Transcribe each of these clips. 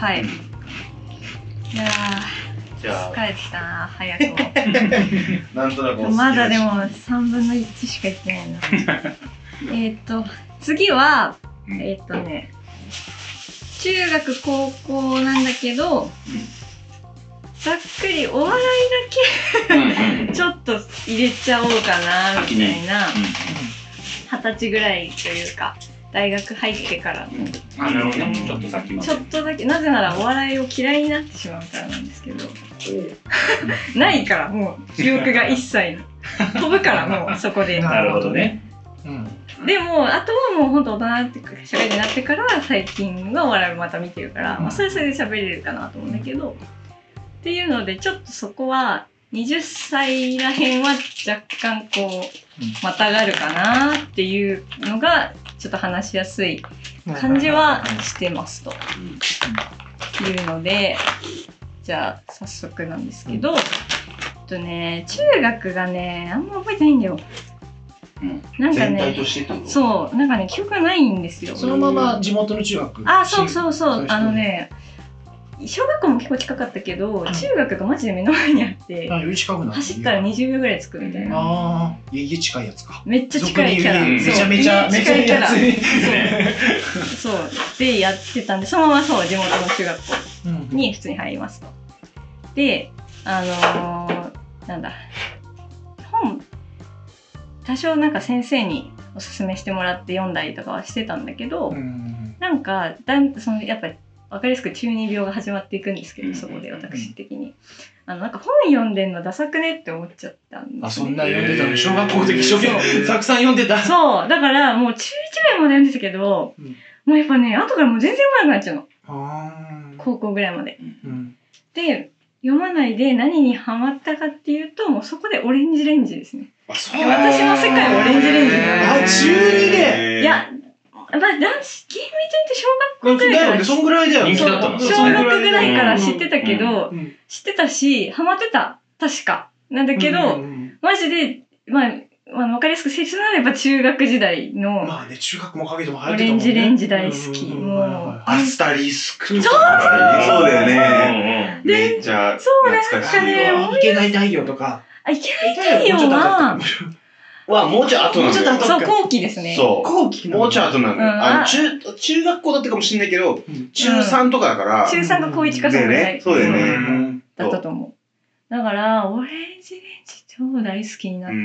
はい。いやじゃー、疲れてきたな、早くも。 なんとなくまだでも3分の1しか言ってないな。次は、中学高校なんだけど、ざっくりお笑いだけちょっと入れちゃおうかなみたいな、20歳ぐらいというか大学入ってからなるほどね。ちょっと先まで。 ちょっとだけ、なぜならお笑いを嫌いになってしまうからなんですけどないからもう記憶が一切飛ぶからもうそこで。 なるほどね。 でもあとはもう本当大人って社会人になってから最近はお笑いをまた見てるから、まあ、それで喋れるかなと思うんだけど、っていうのでちょっとそこは20歳らへんは若干こうまたがるかなっていうのがちょっと話しやすい感じはしてますというので、じゃあ早速なんですけど、中学がねあんま覚えてないんだよ。なんかね、そうなんかね記憶がないんですよ。 そのまま地元の中学。 あ、そう小学校も結構近かったけど、中学がマジで目の前にあって、走ったら20秒ぐらい着くみたいな。 ああ、家近いやつか。 めっちゃ近いキャラ。 めちゃめちゃ近いキャラ。 そうでやってたんで、そのままそう地元の中学校に普通に入りますと。で、なんだ本多少なんか先生におすすめしてもらって読んだりとかはしてたんだけど、なんかやっぱり分かりやすく中二病が始まっていくんですけど、そこで私的になんか本読んでんのダサくねって思っちゃったんです、ね。 あ、そんな読んでたの？小学校の時一生懸命たくさん読んでた。 そうだからもう中1ぐらいまで読んでたけど、もうやっぱね後からもう全然読まなくなっちゃうの。高校ぐらいまで。で読まないで何にハマったかっていうと、もうそこでオレンジレンジですね。私の世界はオレンジレンジ。 あ、中2で。 いや。まあ、男子ゲームって小学校ぐらいからそんぐらいだよ。 人気だったの。 小学ぐらいから知ってたけど、知ってたしハマってた確かなんだけど、マジでわかりやすく説明あれば中学時代のまあね、中学も影でもオレンジレンジ大好き。もうアスタリスクとそうだよね。 めっちゃそうなんかね、 いけない太陽とか。 いけない太陽はもうちょっと後なんだよ。 そう後期ですね。 そう後期もうちょっと後なんだよ。中学校だったかもしれないけど、中3とかだから。 中3が高1かそのぐらい。 そうだよね。 だったと思う。だからオレンジレンジ超大好きになって、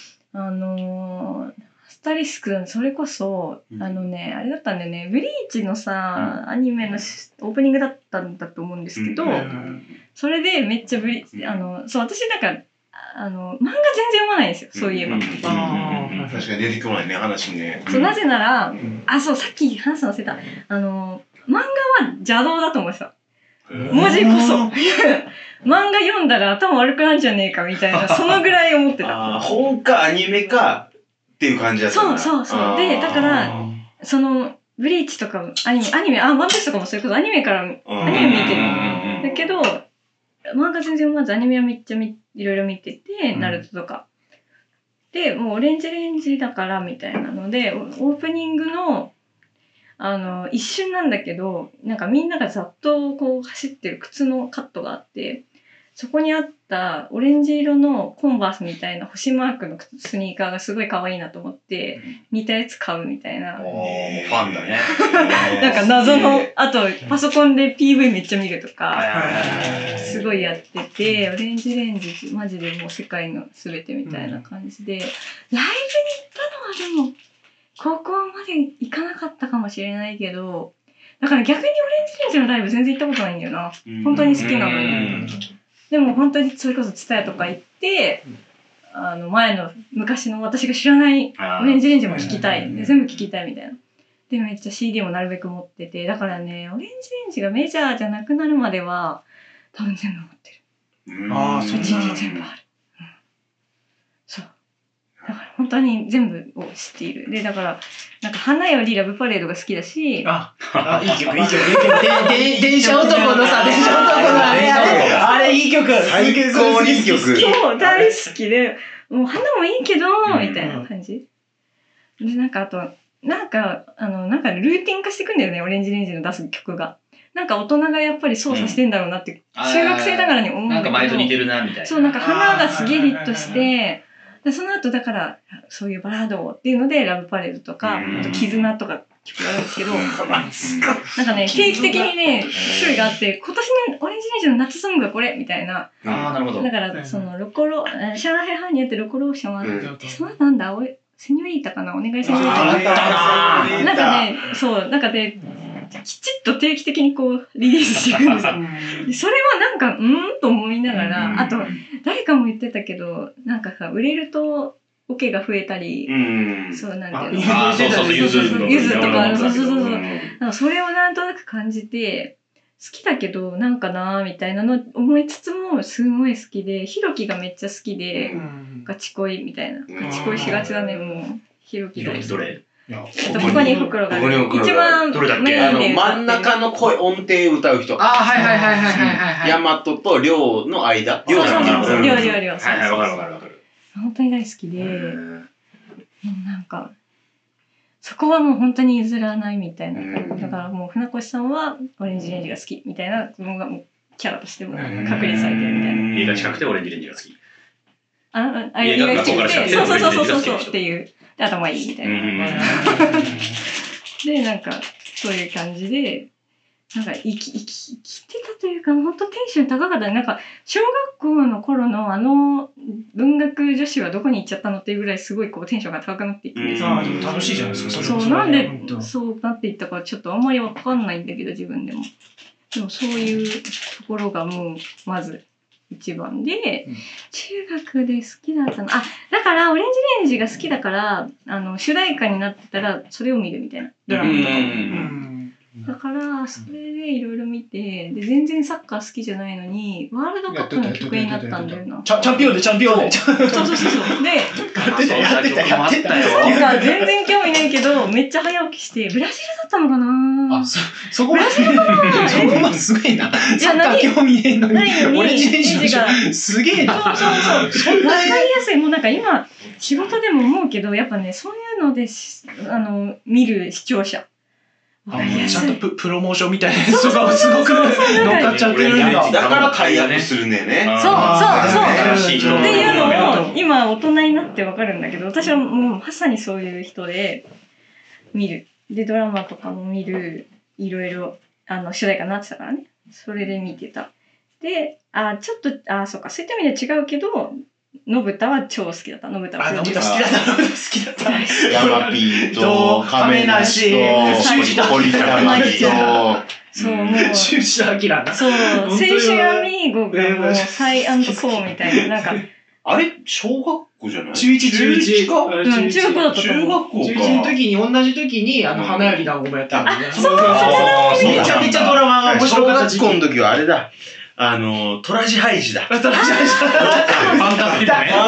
スタリスクそれこそあれだったんだよね。ブリーチのさアニメのオープニングだったんだと思うんですけど、それでめっちゃそう私なんか漫画全然読まないんですよ、そういえば。 確かに出てこないね、話ね。 そうなぜなら、そうさっき話すの忘れた。漫画は邪道だと思ってた。文字こそ漫画読んだら頭悪くなるんじゃねえかみたいな、そのぐらい思ってた。 本かアニメかっていう感じだった。 そうで、だからそのブリーチとかアニメワンピースとかもそれこそアニメからアニメ見てるだけど、漫画全然読まずアニメはめっちゃいろいろ見てて、ナルトとかでもうオレンジレンジだからみたいなので、オープニングの一瞬なんだけど、なんかみんながざっとこう走ってる靴のカットがあって、そこにあったオレンジ色のコンバースみたいな星マークのスニーカーがすごい可愛いなと思って似たやつ買うみたいな。 ファンだね。 なんか謎の、あとパソコンで PV めっちゃ見るとかすごいやってて、オレンジレンジマジでもう世界の全てみたいな感じで、ライブに行ったのはでも高校まで行かなかったかもしれないけど、だから逆にオレンジレンジのライブ全然行ったことないんだよな。本当に好きなのに。でも本当にそれこそTSUTAYAとか行って、前の昔の私が知らないオレンジレンジも聴きたい。で全部聴きたいみたいな。でめっちゃ CD もなるべく持ってて、だからね、オレンジレンジがメジャーじゃなくなるまでは多分全部持ってる。 そう。 全部ある。そう。だから本当に全部を知っている。でだからなんか花よりラブパレードが好きだし、 いい曲。電車男のさ、電車男のあれいい曲。 最高にいい曲。 そう大好きで、もう花もいいけどみたいな感じ。でなんかあとなんかルーティン化していくんだよね、オレンジレンジの出す曲が。 なんか大人がやっぱり操作してんだろうなって、中学生ながらに思うんだけど。 なんか前と似てるな、みたいな。 そう、なんか花がすげえヒットして、でその後だから、そういうバラードっていうので、ラブパレードとか、あと絆とか曲があるんですけど、なんかね、定期的にね、種類があって、今年のオレンジレンジの夏ソングがこれみたいな。 なるほど。 だから、その、ロコロ、上海ハーにやってロコローションはあって、そのなんだ、セニョリータかな、お願いセニョリータ。なんかね、そう、なんかね、きちっと定期的にこうリリースしていくんですよ。それはなんかと思いながら、あと誰かも言ってたけど、なんかさ、売れるとオケが増えたり、そうなんていうの、ゆずとか、なんかそれをなんとなく感じて、好きだけどなんかなーみたいなの思いつつもすごい好きで、ひろきがめっちゃ好きで、ガチ恋みたいな、ガチ恋しがちだね、もうひろき大好き。 どれ？ ここに袋がある。一番メインで真ん中の声、音程歌う人。ヤマトとリョウの間。 リョウ。はい、 わかる。 本当に大好きで、もうなんか、そこはもう本当に譲らないみたいな。だからもう船越さんはオレンジレンジが好きみたいなのがキャラとしても確立されてるみたいな。 家が近くてオレンジレンジが好き。 家が近くて、そうっていう。で、頭いいみたいな。で、なんか、そういう感じで、なんか生きてたというか、本当テンション高かったね。なんか、小学校の頃の文学女子はどこに行っちゃったのっていうぐらいすごいこうテンションが高くなっていくんですよ。 楽しいじゃないですか、 そう、なんでそうなっていったかちょっとあんまりわかんないんだけど、自分でも。でもそういうところがもう、まず、一番で、中学で好きだったの。だから、オレンジレンジが好きだから、主題歌になってたら、それを見るみたいな。ドラマとかも。だから、それでいろいろ見て、で、全然サッカー好きじゃないのに、ワールドカップの曲になったんだよな。 チャンピオンで。そう。で、 やってたよ。全然興味ないけど、めっちゃ早起きして、ブラジルだったのかな。 そこまですごいな。サッカー興味ねえのに、オレンジレンジがすげえな。 そう。わかりやすい。もうなんか今、仕事でも思うけど、やっぱね、そういうので、見る視聴者。 ちゃんとプロモーションみたいなやつがすごく乗っかっちゃってるんだ。 だからタイアップするんだよね。 そう。っていうのを今大人になってわかるんだけど、私はもうまさにそういう人で見る。で、ドラマとかも見る。いろいろ、主題歌になってたからね。それで見てた。で、ちょっと、そうか、そういった意味では違うけど、のぶたは超好きだった。のぶたは好きだった。 ヤマピーと、亀梨と、堀高真希と、 そう、もう。 終始アキラな。 そう、青春アミーゴがもう、サイ&コーみたいな、なんか。 あれ小学校じゃない？ 中1か。 中学校だったと思う。 中学校か。 中1の時に、同じ時に、花より団子もやったんだね。 そう。 めちゃめちゃドラマが面白かった時期。 小学校の時はあれだ。トラジハイジだ。 ファンタジーだね。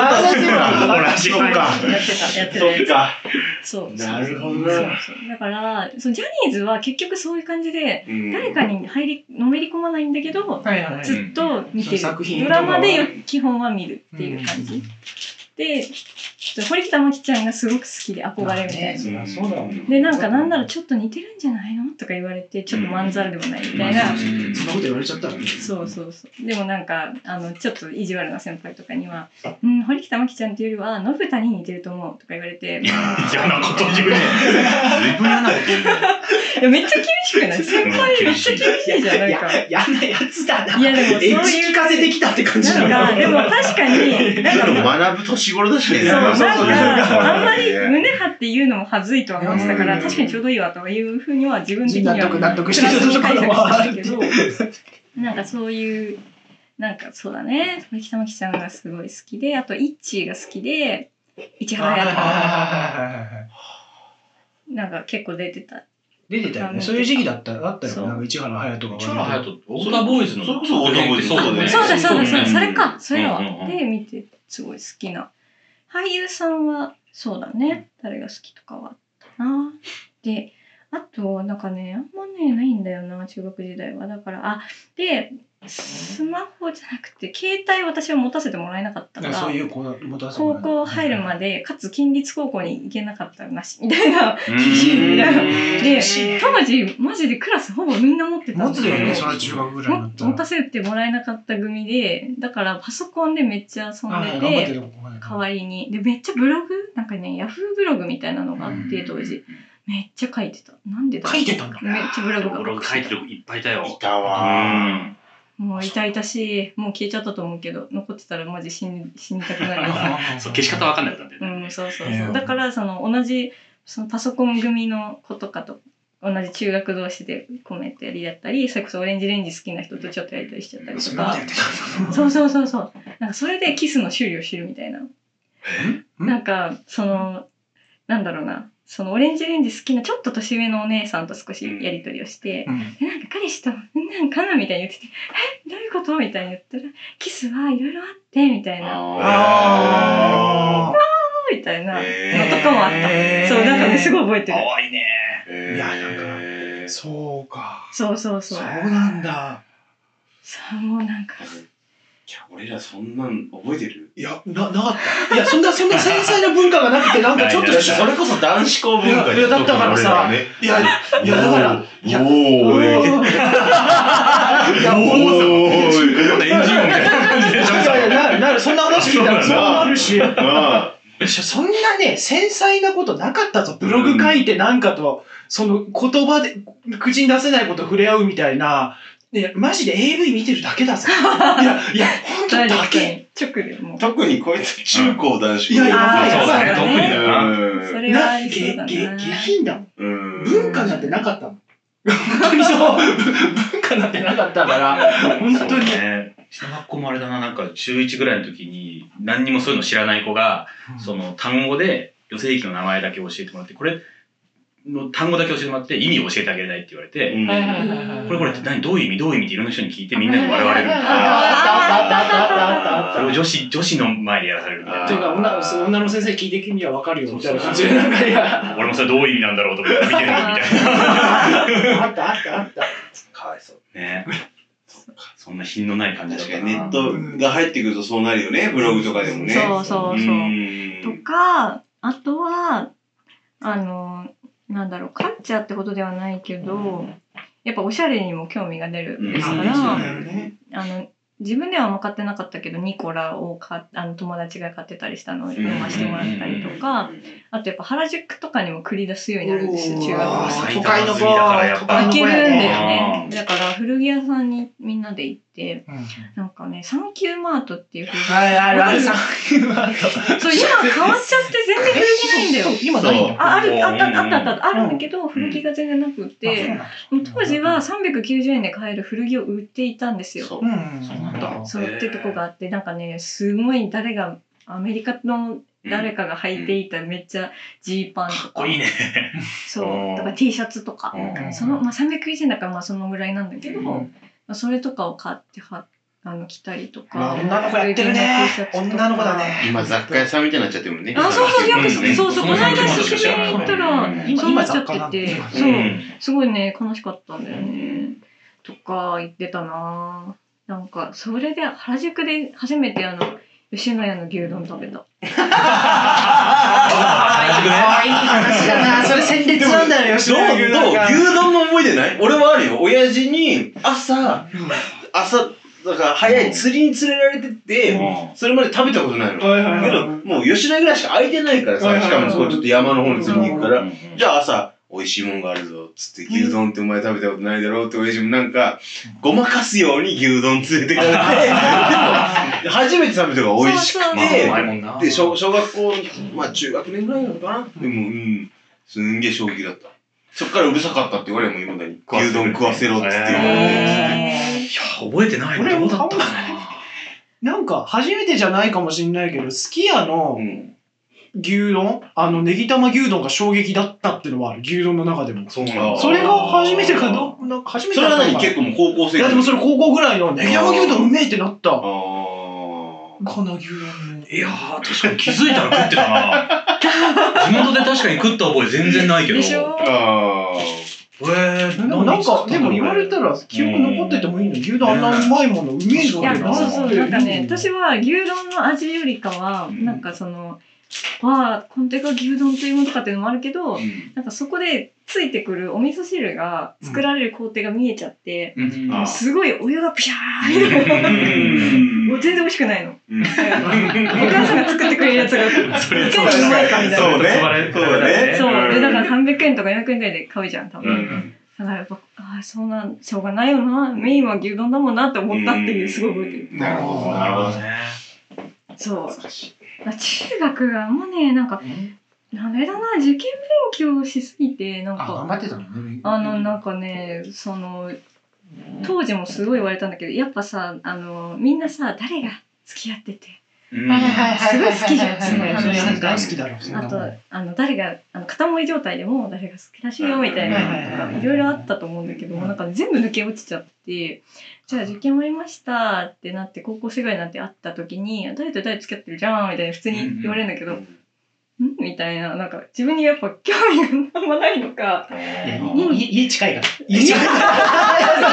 やってた。そう。 なるほどな。だから、ジャニーズは結局そういう感じで、誰かにのめり込まないんだけど、ずっと見てる。ドラマで基本は見るっていう感じ。で、堀北真希ちゃんがすごく好きで憧れみたいな。で、なんならちょっと似てるんじゃないのとか言われて、ちょっとまんざらでもないみたいな。 そんなこと言われちゃったの？ そう。でもなんか、ちょっと意地悪な先輩とかには、堀北真希ちゃんっていうよりは、のぶたに似てると思うとか言われて。 嫌なこと言うね。随分嫌なこと言うね。 いや、めっちゃ厳しくない先輩めっちゃ厳しいじゃん、なんか。 嫌なやつだな。 いや、でもそういう。 聞かせてきたって感じだな。でも確かに、 学ぶ年頃だしね。 なんか、あんまり胸張って言うのも恥ずいとは思ってたから、確かにちょうどいいわというふうには自分的には納得してるところはあるけど、 なんかそういう、なんかそうだね、堀北真希ちゃんがすごい好きで、あとイッチーが好きで、市原隼人なんか結構出てたよね。そういう時期だったよ。なんか市原隼人が。 市原隼人、オーダーボーイズの。 そうだね。 そうだ、それか。そういうのは。で、見て、すごい好きな。俳優さんは、そうだね。誰が好きとかはあったな。で、あと、なんかね、あんまね、ないんだよな、中学時代は。だから、で、 スマホじゃなくて携帯私は持たせてもらえなかったからそういう子持たせて高もらえない校入るまでかつ近立高校に行けなかったらなしみたいな厳しいみたいなで当時マジでクラスほぼみんな持ってたんです持つよね、それは中学ぐらいになったら持たせてもらえなかった組でだからパソコンでめっちゃ遊んでて代わりにでめっちゃブログなんかねヤフーブログみたいなのがあって当時めっちゃ書いてたなんでだ書いてたんだめっちゃブログがブログ書いてる子いっぱいいたよ。 いたわもう痛々しいもう消えちゃったと思うけど残ってたらマジ死にたくなりますそう消し方わかんなかったんだよね。 そうだからその同じそのパソコン組の子とかと同じ中学同士でコメントやりだったりそれこそオレンジレンジ好きな人とちょっとやりたりしちゃったりとかそうなんかそれでキスの種類を知るみたいななんかそのなんだろうなそのオレンジレンジ好きなちょっと年上のお姉さんと少しやり取りをして、なんか彼氏となんかなみたいに言っててどういうことみたいに言ったらキスはいろいろあってみたいなみたいなのとかもあった、そうなんかねすごい覚えてる。 可愛いね。 いやなんかそうかそうなんだ。 もうなんかいや俺らそんなん覚えてる？ いやなかった。いやそんな繊細な文化がなくてなんかちょっとそれこそ男子校文化いやだったからさいやだからいやエンジン音みたいな感じでなるそんな話聞いたらそうなるしそんなね繊細なことなかったぞ。ブログ書いてなんかとその言葉で口に出せないこと触れ合うみたいな。マジで AV 見てるだけだぞ。いや本当だけ。 特にこいつ中高男子。 いやそうね特にだな。 それはありそうだな。 下品だもん。文化なんてなかったもん。本当にそう文化なんてなかったから本当に。 小学校もあれだな、なんか中1ぐらいの時に何にもそういうの知らない子が、その単語で女性器の名前だけ教えてもらって、これの単語だけ教えてもらって意味を教えてあげれないって言われて、これって何どういう意味っていろんな人に聞いてみんなに笑われるみたいな。それを女子の前でやらされるみたいな。 というか女の先生聞いて君は分かるよみたいな感じで俺もそれどういう意味なんだろうと思って見てるみたいな。 あったかわいそうね。そんな品のない感じだったな。 確かにネットが入ってくるとそうなるよね、ブログとかでもね。 そうとかあとはなんだろうカルチャーってことではないけどやっぱおしゃれにも興味が出るんですから自分ではあんま買ってなかったけどニコラを友達が買ってたりしたのを読ませてもらったりとかあとやっぱ原宿とかにも繰り出すようになるんですよ中学校都会の子行けるんだよね。だから古着屋さんにみんなで行ってなんかねサンキューマートっていう古着屋サンキューマートそう今変わっちゃって全然古着ないんだよ。 今ないあるんだけど古着が全然なくって当時は390円で買える古着を売っていたんですよ。そうってとこがあってなんかねすごいアメリカの誰かが履いていためっちゃジーパンとかかっこいいね。 そうだから T シャツとかその390円だからそのぐらいなんだけどそれとかを買って着たりとか女の子やってるね。女の子だね。 今雑貨屋さんみたいになっちゃってるもんね。 そうこの間久しぶりに行ったらそうなっちゃっててそうすごいね悲しかったんだよねとか言ってたな。なんかそれで原宿で初めて吉野家の牛丼食べた。 いい話だな。それ鮮烈なんだよ。 どう牛丼の思い出ない？俺はあるよ。親父に朝だから早い釣りに連れられてってそれまで食べたことないの。けどもう吉野家ぐらいしか空いてないからさ、しかもそこちょっと山の方に釣りに行くからじゃあ朝美味しいもんがあるぞっつって牛丼ってお前食べたことないだろうって親父もなんかごまかすように牛丼連れてかれてでも初めて食べたのが美味しくてで小学校中学年ぐらいなのかなでもすんげえ衝撃だった。そっからうるさかったって言われるもん今だに牛丼食わせろっつって言われて。いや覚えてない。 俺もだったなんか初めてじゃないかもしれないけどすき家の牛丼ネギ玉牛丼が衝撃だったっていうのはある。牛丼の中でもそれが初めてか初めてだったのか。それは何結構もう高校生。いやでもそれ高校ぐらいのネギ玉牛丼うめえってなった。この牛丼ね。 いや確かに気づいたら食ってたな。地元で確かに食った覚え全然ないけど。 でしょ。 なんかでも言われたら記憶残っててもいいの。牛丼あんなうまいものうめえぞ。 いや、そうそう、なんかね、私は牛丼の味よりかは、なんかその、これが牛丼というものかっていうのもあるけど、なんかそこでついてくるお味噌汁が作られる工程が見えちゃって、すごいお湯がピャーみたいな。もう全然美味しくないの。お母さんが作ってくれるやつが、いかにうまいかみたいな。 そうね。 そう。で、だから300円とか400円ぐらいで買うじゃん、多分。だからやっぱ、そうなん、しょうがないよな。メインは牛丼だもんなって思ったっていう、すごい覚えてる。 なるほど、なるほどね。 そう。中学がもうね、なんか、ダメだな、受験勉強しすぎて、なんか、 頑張ってたのね。 なんかね、当時もすごい言われたんだけど、やっぱさ、みんなさ、誰が付き合ってて、すごい好きじゃん、その話とか。 好きだろ。 あと、誰が、片思い状態でも誰が好きらしいよ、みたいな、いろいろあったと思うんだけども、なんか全部抜け落ちちゃって、じゃあ受験終わりましたってなって、高校生ぐらいになって会った時に、誰と誰付き合ってるじゃん、みたいな普通に言われるんだけど、みたいな、なんか自分にやっぱ興味があんまないのか。 家近いから。家近いから。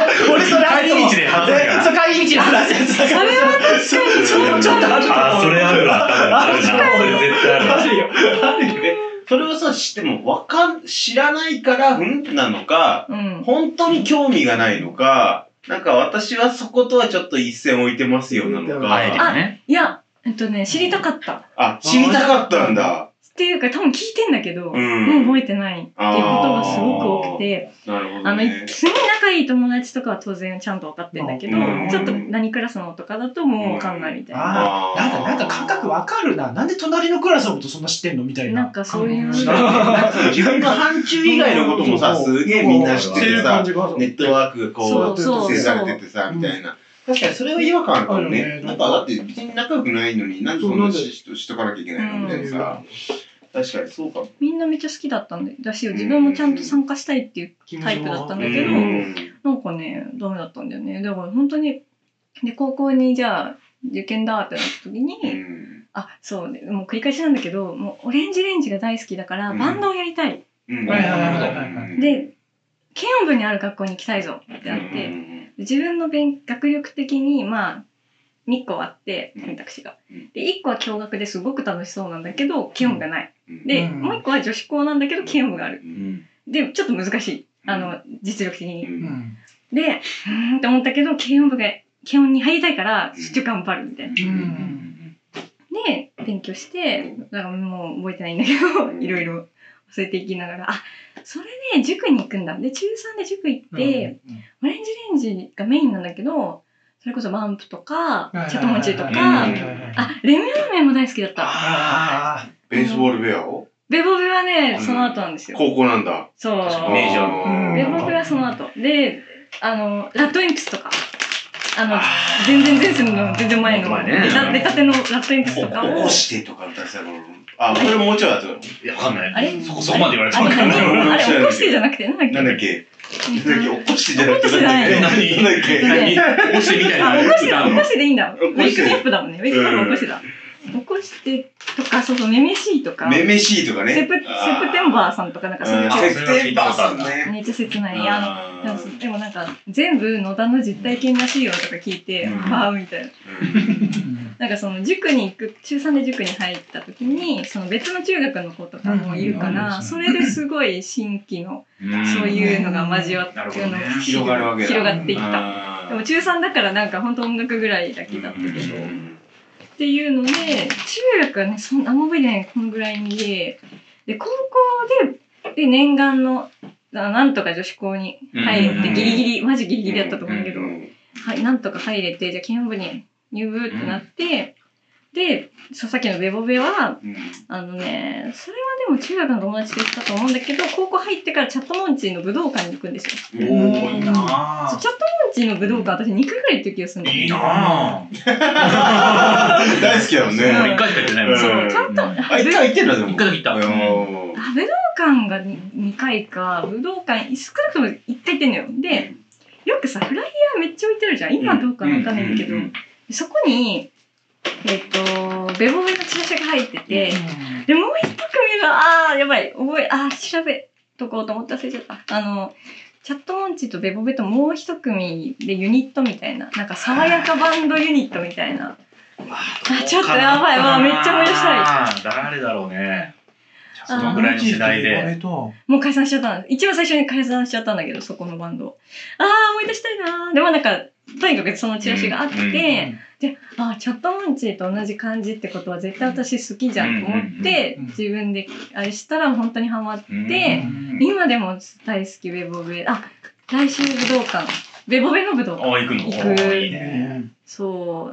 俺それ帰り道で話すから。 そう、帰り道で話すやつだから。 それは確かにちょっとあるあ、それあるわ。あるな。それ絶対あるよ。 それをさ、知っても知らないからなのか、本当に興味がないのか、なんか私はそことはちょっと一線置いてますよなのか。 いや、知りたかった。 知りたかったんだ。 っていうか多分聞いてんだけど、もう覚えてないっていうことがすごく多くて、すごい仲いい友達とかは当然ちゃんと分かってんだけど、ちょっと何クラスのとかだともう分かんないみたいな。 なんか感覚分かるな。なんで隣のクラスのことそんな知ってんのみたいな。 なんかそういう。 自分の範疇以外のこともさ、すげえみんな知っててさ、ネットワークがこう、形成されててさ、みたいな。確かにそれは違和感あるかもね。なんかだって別に仲良くないのに、なんでそんなしとかなきゃいけないのみたいなさ。確かにそうかも。 みんなめっちゃ好きだったんだし、自分もちゃんと参加したいっていうタイプだったんだけど、なんかね、ダメだったんだよね。だから本当に、で、高校にじゃあ受験だってなった時に、そうね、もう繰り返しなんだけど、もうオレンジレンジが大好きだから、バンドをやりたい。で、軽音部にある学校に行きたいぞってなって、自分の学力的に、2個あって選択肢が。で、1個は共学ですごく楽しそうなんだけど、軽音部がない。で、もう1個は女子校なんだけど、軽音部がある。で、ちょっと難しい。実力的に。で、って思ったけど、軽音に入りたいから、頑張るみたいな。で、勉強して、だからもう覚えてないんだけど、いろいろ忘れていきながら、それで塾に行くんだ。で、中3で塾行って、オレンジレンジがメインなんだけど、それこそバンプとか、チャットモンチーとか、レミラーメンも大好きだった。 ベースボールベアをベボベはね、その後なんですよ。 高校なんだ。 そう。 メジャー。 ベボベはその後。で、ラッドエンプスとか。全然前世の全然前の出たてのラッドエンプスとかを。 起こしてとか歌ってた頃。これもうちょい後だ。 いや、わかんない。 あれそこまで言われてもわかんない。 あれ、起こしてじゃなくて、なんだっけ起こしてじゃなくて、なんだっけ起こしてみたいな。 起こしてでいいんだ。ウェイクアップだもんね。ウェイクアップ起こしてだ。起こしてとか、そう、めめしいとか。 めめしいとかね。 セプテンバーさんとか、なんかそういう。 セプテンバーさんね。 めっちゃ切ない。でもなんか、全部野田の実体験らしいよとか聞いて、わーみたいな。なんかその塾に行く、中3で塾に入った時に、その別の中学の子とかもいるから、それですごい新規の、そういうのが交わって、広がっていった。でも中3だからなんか本当音楽ぐらいだけだったけど、っていうので、中学はね、あんま覚えてない、このぐらいにで、高校で念願の、なんとか女子校に入って、ギリギリ、マジギリギリだったと思うけど、なんとか入れて、じゃあ軽音部に入部ってなって、で、さっきのベボベは、それはでも中学の友達と行ったと思うんだけど、高校入ってからチャットモンチーの武道館に行くんですよ。 いいなぁ。 チャットモンチーの武道館、私2回ぐらい行ってる気がするんだよ。 いいなぁ。 大好きだもんね。 1回しか行ってないもん。 そう、ちゃんと。 1回行ってんだ、でも。 1回だけ行った。 武道館が2回か、武道館、少なくとも1回行ってんのよ。で、よくさ、フライヤーめっちゃ置いてあるじゃん。今どうかわかんないんだけど、そこに、ベボベのチラシが入ってて、で、もう一組が、やばい、調べとこうと思って忘れちゃった。チャットモンチーとベボベともう一組でユニットみたいな、なんか爽やかバンドユニットみたいな。ちょっとやばいわ、めっちゃ思い出したい。 誰だろうね。そのぐらいの世代で。 もう解散しちゃったんです。一番最初に解散しちゃったんだけど、そこのバンド。思い出したいな。でもなんか、とにかくそのチラシがあって、で、チャットモンチーと同じ感じってことは絶対私好きじゃんと思って、自分であれしたら本当にハマって、今でも大好きベボベ。来週武道館。ベボベの武道館。 行くの？ 行く。 いいね。 そう。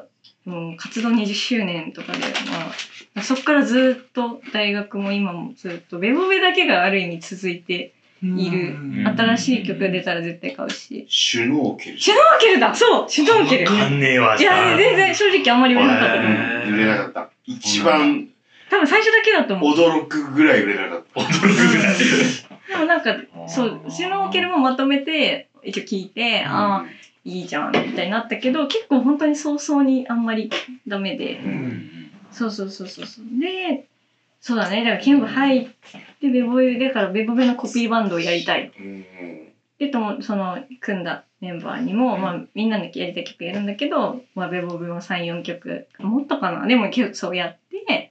もう活動20周年とかで、そっからずっと大学も今もずっとベボベだけがある意味続いている。新しい曲が出たら絶対買うし。 シュノーケル。 シュノーケルだ。そうシュノーケル。 わかんねえわ。 いや全然正直あんまり売れなかったと思う。 売れなかった。一番多分最初だけだと思う。 驚くぐらい売れなかった。 驚くぐらい。 でもなんかそうシュノーケルもまとめて一応聞いていいじゃんみたいになったけど、結構本当に早々にあんまりダメで、そうで、そうだね、だからキング入ってベボベだからベボベのコピーバンドをやりたい。でその組んだメンバーにも、みんなのやりたい曲やるんだけど、ベボベも 3,4 曲もっとかな、でもそうやって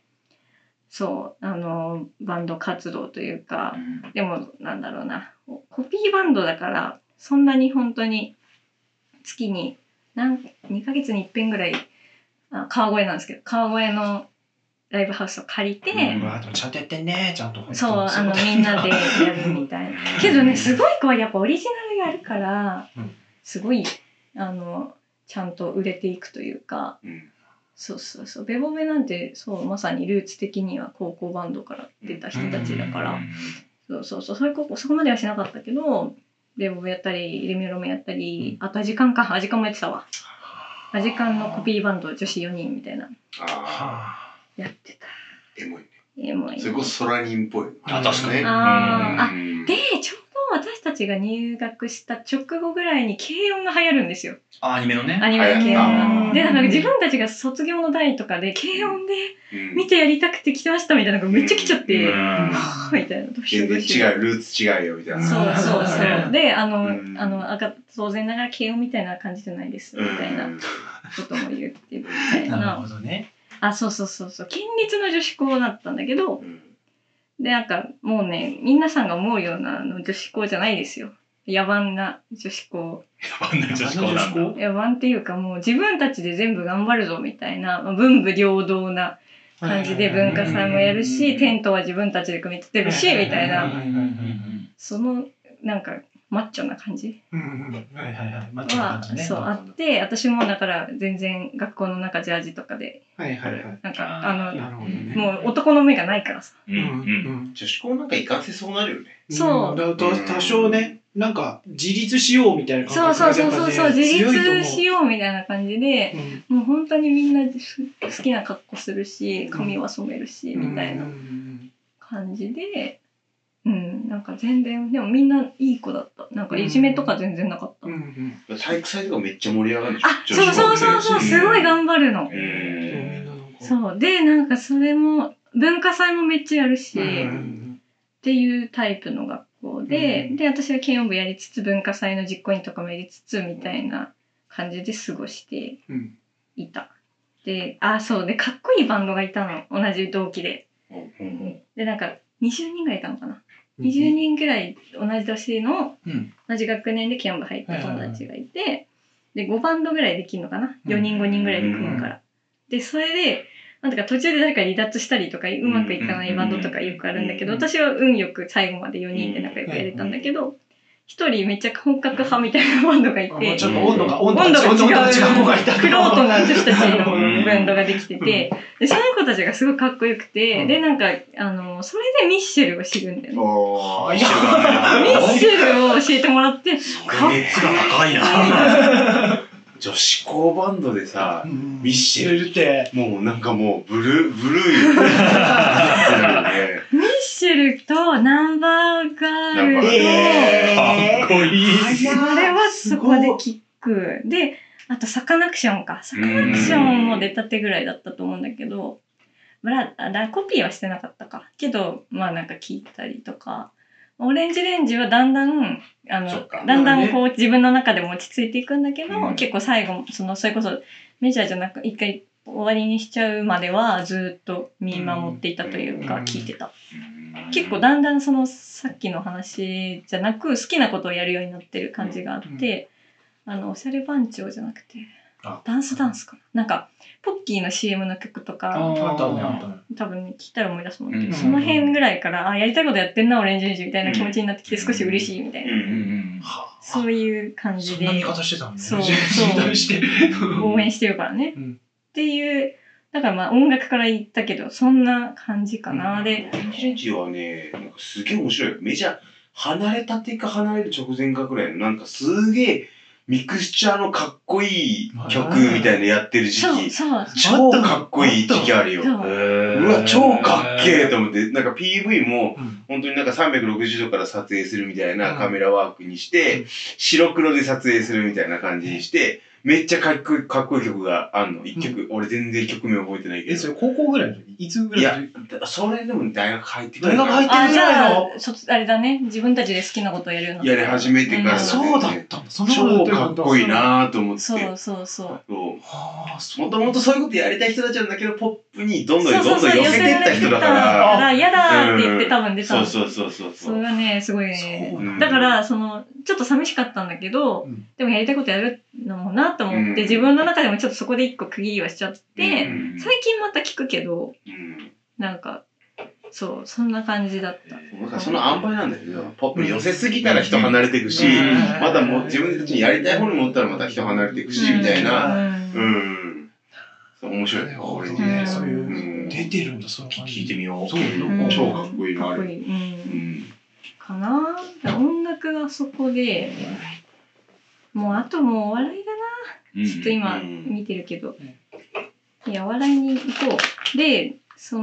バンド活動というか、でもなんだろうな、コピーバンドだからそんなに本当に月に2ヶ月に1遍ぐらい川越なんですけど、川越のライブハウスを借りて、 ちゃんとやってんね、ちゃんと。 そうみんなでやるみたいな。けどね、すごい子はやっぱオリジナルやるから、すごいちゃんと売れていくというか、そうベボベなんてまさにルーツ的には高校バンドから出た人たちだから、そこまではしなかったけど、ベボベやったりレミオロメやったり、あとアジカンもやってたわ。アジカンのコピーバンド女子4人みたいなやってた。 エモいね。 エモいね。 それこそソラニンっぽい。 確かに。でちょうど私たちが入学した直後ぐらいに軽音が流行るんですよ。 アニメのね。 アニメの軽音が。でなんか自分たちが卒業の代とかで軽音で見てやりたくて来てましたみたいなのがめっちゃ来ちゃって、みたいな。 全然違う、ルーツ違うよみたいな。 そうで当然ながら軽音みたいな感じじゃないですみたいなことも言ってみたいな。 なるほどね。 そう県立の女子校だったんだけど、でなんかもうね、皆さんが思うような女子校じゃないですよ。野蛮な女子校。野蛮っていうか、もう自分たちで全部頑張るぞみたいな、文武両道な感じで文化祭もやるし、テントは自分たちで組み立てるしみたいな、そのなんかマッチョな感じはあって、私もだから全然学校の中ジャージとかで、なんかもう男の目がないからさ。 女子校なんかいかんせそうなるよね。 そう多少ね、なんか自立しようみたいな感覚がやっぱね、 そう自立しようみたいな感じで、もう本当にみんな好きな格好するし、髪は染めるしみたいな感じで。なんか全然でもみんないい子だった。なんかいじめとか全然なかった。 体育祭とかめっちゃ盛り上がるでしょ。 そうすごい頑張るの。そうでなんかそれも文化祭もめっちゃやるし、っていうタイプの学校で、私は軽音部やりつつ文化祭の実行委員とかもやりつつみたいな感じで過ごしていた。でそうでかっこいいバンドがいたの、同じ同期で。でなんか20人ぐらいいたのかな。20人ぐらい同じ年の、同じ学年で軽音部入った友達がいて、で5バンドぐらいできるのかな、4人5人ぐらいで組むから。でそれでなんか途中で誰か離脱したりとかうまくいかないバンドとかよくあるんだけど、私は運よく最後まで4人で仲良くやれたんだけど、一人めっちゃ本格派みたいなバンドがいて、 ちょっと温度が違う子がいた。 クロートな女子たちのバンドができてて、でその子たちがすごいかっこよくて、でなんかそれでミッシェルを知るんだよね。ミッシェルを教えてもらって、 熱が高いな。 女子校バンドでさ、ミッシェルってもうなんかもうブルーよね。 ミッシェルとナンバーガールと、 かっこいい。 あれはそこでキックで、あとサカナクションか。サカナクションも出たてぐらいだったと思うんだけど、コピーはしてなかったか。けどなんか聞いたりとか、 オレンジレンジはだんだん、だんだんこう自分の中でも落ち着いていくんだけど、結構最後、それこそメジャーじゃなく、一回終わりにしちゃうまではずっと見守っていたというか、聞いてた。結構だんだんさっきの話じゃなく、好きなことをやるようになってる感じがあって、おしゃれ番長じゃなくて、ダンスかな。なんか、ポッキーの CM の曲とか、多分聞いたら思い出すもんけど、その辺ぐらいから、やりたいことやってんな、オレンジレンジみたいな気持ちになってきて、少し嬉しいみたいな。そういう感じで。 そんな見方してたんそう。応援してるからね。っていう、だからまあ音楽から言ったけど、そんな感じかな。で、 オレンジレンジはね、なんかすげえ面白いよ。メジャー、離れたてか離れる直前かくらいの、なんかすげえ、ミクスチャーのかっこいい曲みたいなやってる時期。超かっこいい時期あるよ。うわ、超かっけえと思って、なんか PV も、本当になんか360度から撮影するみたいなカメラワークにして、白黒で撮影するみたいな感じにして、めっちゃかっこいい曲があんの。一曲。俺全然曲名覚えてないけど。 それ高校ぐらいの時いつぐらいの時？ いや、それでも大学入って大学入ってるぐらいの。 あれだね。自分たちで好きなことをやるようになやり始めてから。 そうだったんだ。 超かっこいいなと思って。 そう。 もともとそういうことやりたい人たちなんだけど、ポップにどんどん寄せてった人だから。 嫌だって言って多分出たの。 そう。 それがね、すごいね。だから、ちょっと寂しかったんだけど、でもやりたいことやるのもなと思って、自分の中でもちょっとそこで一個区切りはしちゃって、最近また聞くけど、なんか、そんな感じだった。 なんかその塩梅なんだけど、ポップに寄せすぎたら人離れていくし、またもう自分たちにやりたい方に持ったらまた人離れていくし、みたいな。面白いね、オレンジね。 そういう、出てるんだ、その感じ。 聞いてみよう。超かっこいいのある。 かなぁ。音楽がそこで、もうあともうお笑いだな。ちょっと今見てるけど。いや、お笑いに行こう。で、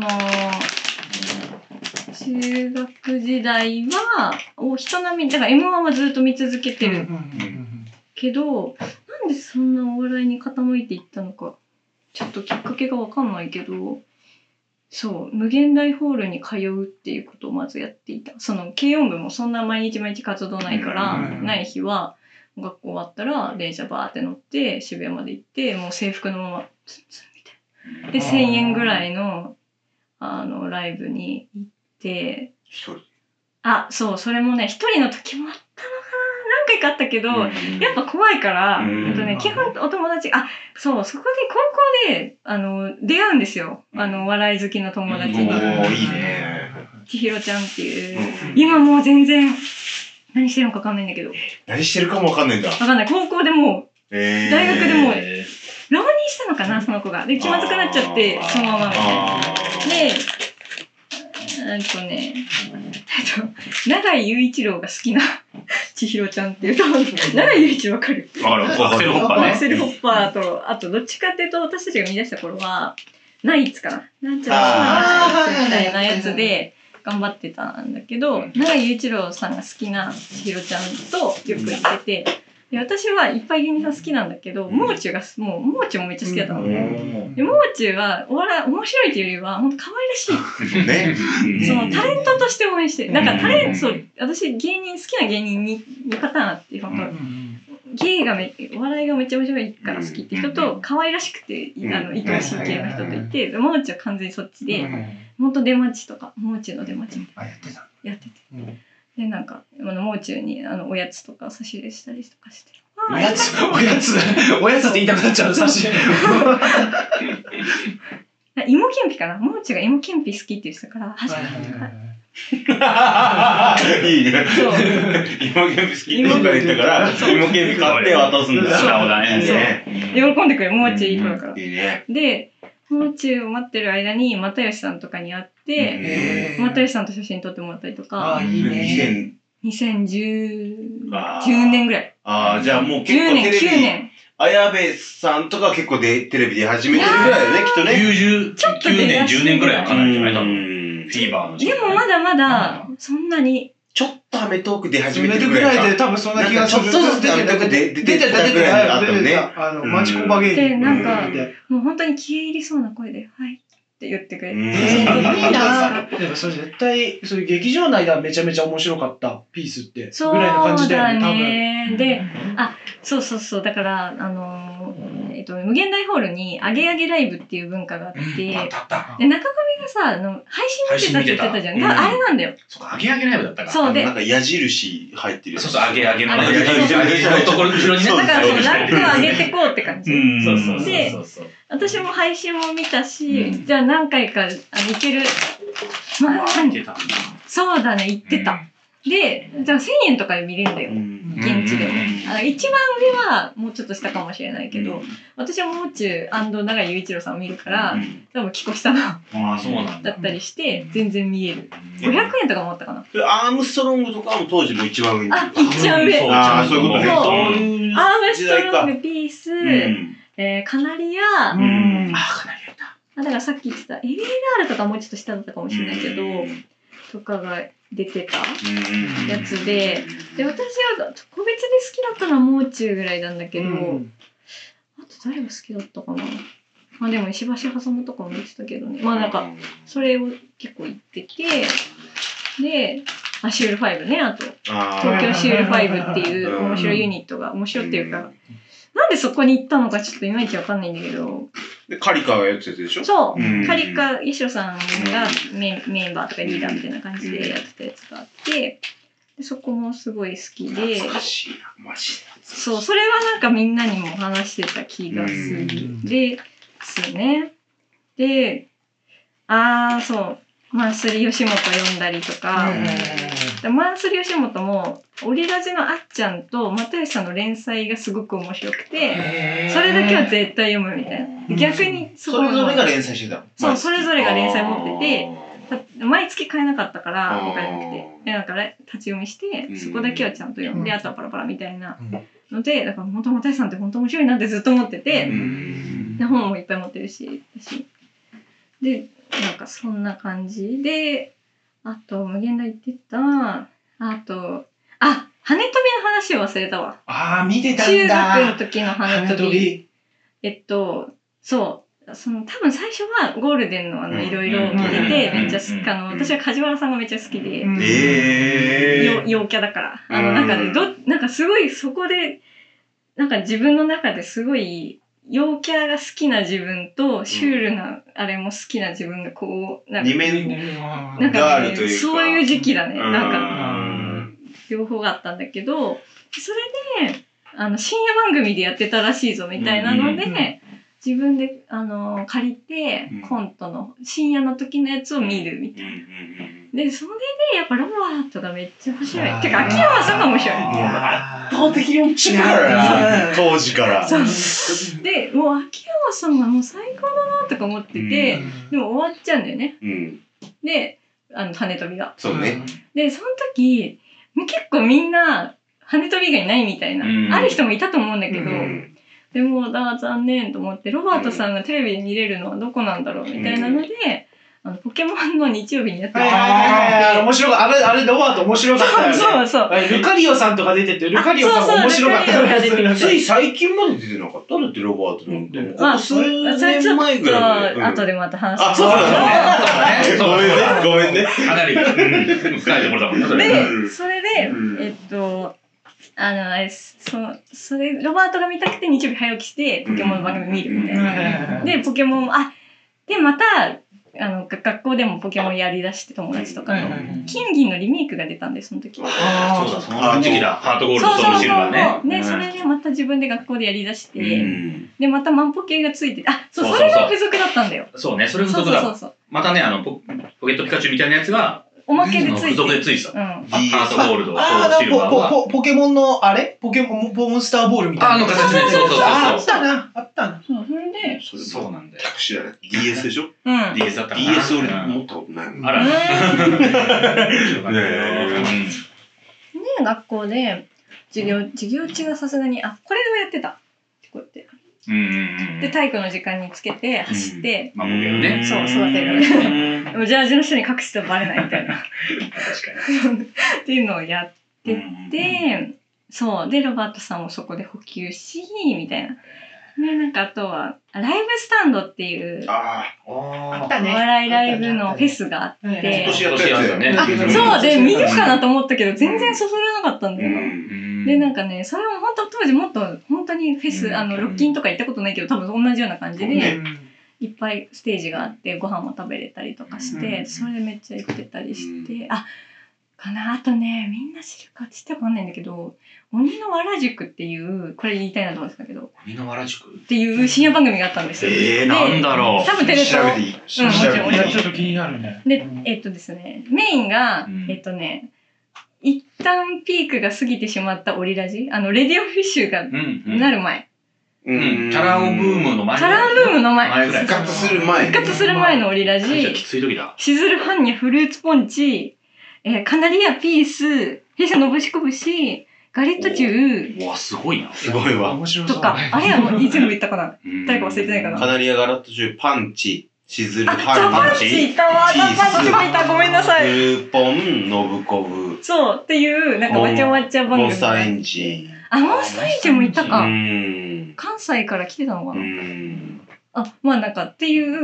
中学時代は、人並み、だから M1 はずっと見続けてる。けど、なんでそんなお笑いに傾いていったのか、ちょっときっかけがわかんないけど、無限大ホールに通うっていうことをまずやっていた。軽音部もそんな毎日活動ないから、ない日は、学校終わったら電車バーって乗って渋谷まで行って、もう制服のままツンツンみたいな。で、1000円ぐらいの、ライブに行って、それもね、一人の時もあったのかな。何回かあったけど、やっぱ怖いから、基本お友達、そこで高校で、出会うんですよ。笑い好きの友達に。 いいね。 千尋ちゃんっていう。今もう全然、何してるのか分かんないんだけど。 何してるかも分かんないんだ。 分かんない。高校でもう、大学でもう、浪人したのかな、その子が。で、気まずくなっちゃって、そのまま。で、永井雄一郎が好きな千尋ちゃんっていうと、永井雄一郎わかる？ アクセルホッパーね。 アクセルホッパーと、あとどっちかっていうと、私たちが見出した頃は、ナイツかな。なんちゃらみたいなやつで頑張ってたんだけど、永井雄一郎さんが好きな千尋ちゃんとよく行ってて、で私はいっぱい芸人さん好きなんだけど、もう中もめっちゃ好きだったの。でもう中はお笑い面白いっていうよりは本当可愛らしい。 ね。 タレントとして応援して、なんか私好きな芸人にパターンあって、本当お笑いがめっちゃ面白いから好きって人と可愛らしくて愛おしい系の人といて、もう中は完全にそっちで、本当出待ちとか、もう中の出待ちみたいなやってて。で、なんか、もう中に、おやつとか差し入れしたりとかして。 おやつって言いたくなっちゃう、差し入れ。芋けんぴかな？もう中が芋けんぴ好きって言ってたから、 いいね。そう。芋けんぴ好きって言ったから、芋けんぴ買って渡すんだ。 そうだね。 喜んでくれる、もう中いい子だから。 いいね。 で、もう中を待ってる間に、又吉さんとかに会って、又吉さんと写真撮ってもらったりとか、2010年ぐらい。 じゃあもう結構テレビ、9年。綾部さんとか結構テレビで始めてるぐらいだよね、きっとね。 9年、10年ぐらいはかなりじゃない多分。フィーバーの時代。 でもまだまだ、そんなに。 ちょっとアメトークで始めてるぐらいで多分そんな気がする。 ちょっとずつアメトークで出てたぐらいだったよね。 マチコバ芸人。 で、なんか、もう本当に消え入りそうな声で、はいってって言ってくれて、 いいな。でもそれ絶対、そういう劇場内ではめちゃめちゃ面白かったピースってぐらいの感じだよね、多分。 で、そうだから無限大ホールにアゲアゲライブっていう文化があって、で中上がさ配信見てたって言ってたじゃん。あれなんだよ。 そうか、アゲアゲライブだったか。 そうで、 なんか矢印入ってる。 そうそう、アゲアゲのところ後ろにね。 だからそのランクを上げてこうって感じ。 そうで、私も配信も見たし、じゃあ何回か行ける。まあ、そうだね、行ってた。で、じゃあ1000円とかで見れるんだよ。現地でも。一番上はもうちょっとしたかもしれないけど、私はもう中永井雄一郎さんを見るから、多分帰国したのだったりして、全然見える。500円とかもあったかな。 アームストロングとかも当時も一番上に。 一番上。 そういうことね。 アームストロング、ピース、カナリア、 カナリアいた。 だからさっき言ってた LLR とかもうちょっと下だったかもしれないけど、とかが出てたやつで、私は個別で好きだったのはもう中ぐらいなんだけど、あと誰が好きだったかな。まあでも石橋はさむとかも見てたけどね。まあなんかそれを結構言ってて、で、シュール5ね、あと東京シュール5っていう面白いユニットが面白いっていうか。なんでそこに行ったのかちょっといまいちわかんないんだけど。 で、カリカがやってたでしょ？ そう。カリカ、石野さんがメンバーとかリーダーみたいな感じでやってたやつがあって、でそこもすごい好きで。 懐かしいな、マジで。 そう、それはなんかみんなにも話してた気がする。ですね。で、そう。マンスリー吉本読んだりとか、マンスリー吉本もオリラジのあっちゃんと又吉さんの連載がすごく面白くて、それだけは絶対読むみたいな。逆にそれぞれが連載してた。 そう、それぞれが連載持ってて、毎月買えなかったからお金なくて、だから立ち読みして、そこだけはちゃんと読んで、あとはパラパラみたいなので、だから本当又吉さんって本当面白いなってずっと思ってて、で本もいっぱい持ってるし、でなんかそんな感じで、あと無限大行ってた、あと羽飛びの話を忘れたわ。 見てたんだ。 中学の時の羽飛び。そう。多分最初はゴールデンのいろいろ見てて、めっちゃ好き。私は梶原さんがめっちゃ好きで、陽キャだから。なんかね、なんかすごいそこで、なんか自分の中ですごい、陽キャが好きな自分とシュールなあれも好きな自分がこう、なんか二面があるというか、 そういう時期だね。なんか、両方があったんだけど、それで、深夜番組でやってたらしいぞみたいなので、自分で、借りて、コントの、深夜の時のやつを見るみたいな。で、それで、やっぱロバートがめっちゃ面白い。てか、秋山さんが面白い。 圧倒的に面白いからな、当時から。 で、もう秋山さんがもう最高だなとか思ってて、でも終わっちゃうんだよね。で、羽飛びが。 そうね。 で、その時、結構みんな、羽飛び以外ないみたいな。ある人もいたと思うんだけど、でも、残念と思って、ロバートさんがテレビで見れるのはどこなんだろうみたいなので、ポケモンの日曜日にやってる。 面白かった。あれ、ロバート面白かったよね。そう。ルカリオさんとか出てて、ルカリオさんが面白かった。 つい最近まで出てなかっただってロバートなんて。ここ数年前ぐらい。 後でまた話す。 そうだね。ごめんね。 かなり深いところだもんね。 で、それで、それ、ロバートが見たくて日曜日早起きして、ポケモンの番組見るみたいな。で、ポケモン、で、また、学校でもポケモンやりだして友達とかの、金銀のリメイクが出たんです、その時。 そうだ、その時期だ。ハートゴールド、ソウルシルバーね。 ね、それでまた自分で学校でやりだして、で、また万歩計がついて、それが付属だったんだよ。 そうね、それ付属だ。またね、ポケットピカチュウみたいなやつが、 おまけでついて付属でついてた。ハートゴールド、ソウルシルバーは。 ポケモンのあれポモンスターボールみたいな。 形ね。そう。 あったな。 それで、 そうなんだよ。 知らない。DS でしょ？ DS だったかな。 DS 俺持ったことないもん。 あら。 ね、学校で、授業中はさすがに、これをやってた。こうやって。で、体育の時間につけて、走って、 まあ、僕ね。 そう、育てる。でもジャージの下に隠してバレないみたいな。 確かに。 っていうのをやってて、そう。で、ロバートさんをそこで補給し、みたいなで、なんかあとは、ライブスタンドっていう、 あったね。 お笑いライブのフェスがあって、 今年やったやつだよね。 そうで、見ようかなと思ったけど、全然そそらなかったんだよな。で、なんかね、それも本当、当時もっと、本当にフェス、ロッキンとか行ったことないけど、多分同じような感じで、いっぱいステージがあって、ご飯も食べれたりとかして、それでめっちゃ行ってたりして、あとね、みんな知るか知ってわかんないんだけど、鬼のわら塾っていう、これ言いたいなと思うんですけど、 鬼のわら塾っていう深夜番組があったんですよ。 なんだろう。 多分テレ東。 調べていい？ もちろん。 ちょっと気になるね。 で、ですね、メインが、一旦ピークが過ぎてしまったオリラジ、レディオフィッシュがなる前。 チャラ男ブームの前。 チャラ男ブームの前。 復活する前。 復活する前のオリラジ。 きつい時だ。 しずるはんにゃフルーツポンチ、カナリアピース、弊社のぶしこぶし、ガレットチュー。 うわ、すごいな。 すごいわ。 面白そう。 とか、あれはもう全部言ったかな。誰か忘れてないかな。 カナリアガラットチュー、パンチ、しずるはんにゃ。 パンチいたわ。パンチすごいいた。ごめんなさい。 フルポン、ノブコブ。 そう、っていう、なんかわちゃわちゃ番組。 モンスターエンジン。 モンスターエンジンもいたか。 関西から来てたのかな。まあなんかっていう、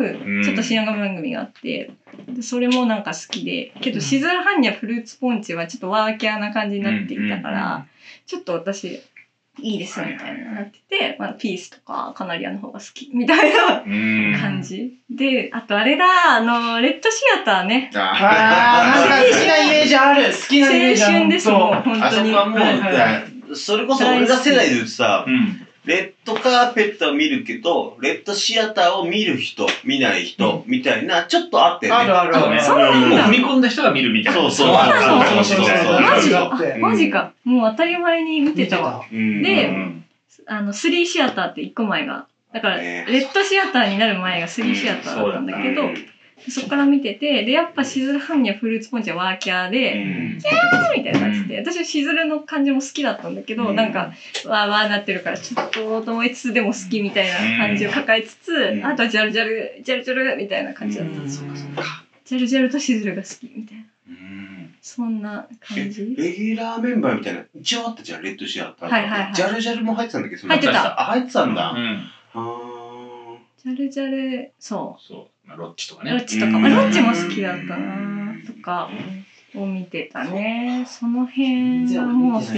ちょっと深夜番組があって、でそれもなんか好きで、けどしずるはんにゃフルーツポンチはちょっとワーキャーな感じになっていたから、ちょっと私、いいですみたいになってて、ピースとかカナリアの方が好きみたいな感じ。で、あとあれだ、レッドシアターね。 なんか好きなイメージある。好きなイメージある。 青春ですもん、本当に。 あそこはもう、それこそ俺が世代で言うとさ、レッドカーペットを見るけど、レッドシアターを見る人、見ない人、みたいな、ちょっとあってね。 ある。 そうなんだ。 踏み込んだ人が見るみたいな。 そう。 マジか。もう当たり前に見てたわ。で、スリーシアターって1個前が、だから、レッドシアターになる前がスリーシアターだったんだけど、そこから見てて、で、やっぱしずるはんにゃフルーツポンチはワーキャーで、キャーみたいな感じで、私はしずるの感じも好きだったんだけど、なんか、わーわーなってるから、ちょっとと思いつつでも好きみたいな感じを抱えつつ、あとはジャルジャルみたいな感じだったんですよ。ジャルジャルとしずるが好きみたいな。そんな感じ。 レギュラーメンバーみたいな、一応あったじゃん、レッドシアター。ジャルジャルも入ってたんだけど、 入ってた。 入ってたんだ。 ジャルジャル、そう。 ロッチとかね。 ロッチとか、ロッチも好きだったなとかを見てたね。その辺はもう青春。